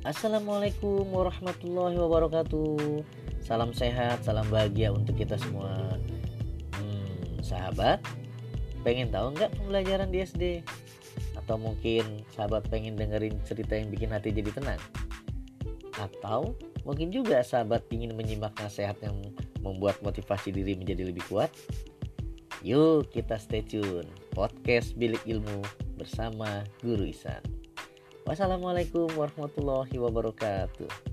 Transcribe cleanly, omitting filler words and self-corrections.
Assalamualaikum warahmatullahi wabarakatuh. Salam sehat, salam bahagia untuk kita semua. Sahabat, pengen tahu nggak pembelajaran di SD? Atau mungkin sahabat pengen dengerin cerita yang bikin hati jadi tenang? Atau mungkin juga sahabat ingin menyimak nasihat yang membuat motivasi diri menjadi lebih kuat? Yuk kita stay tune. Podcast Bilik Ilmu bersama Guru Ihsan. Wassalamualaikum warahmatullahi wabarakatuh.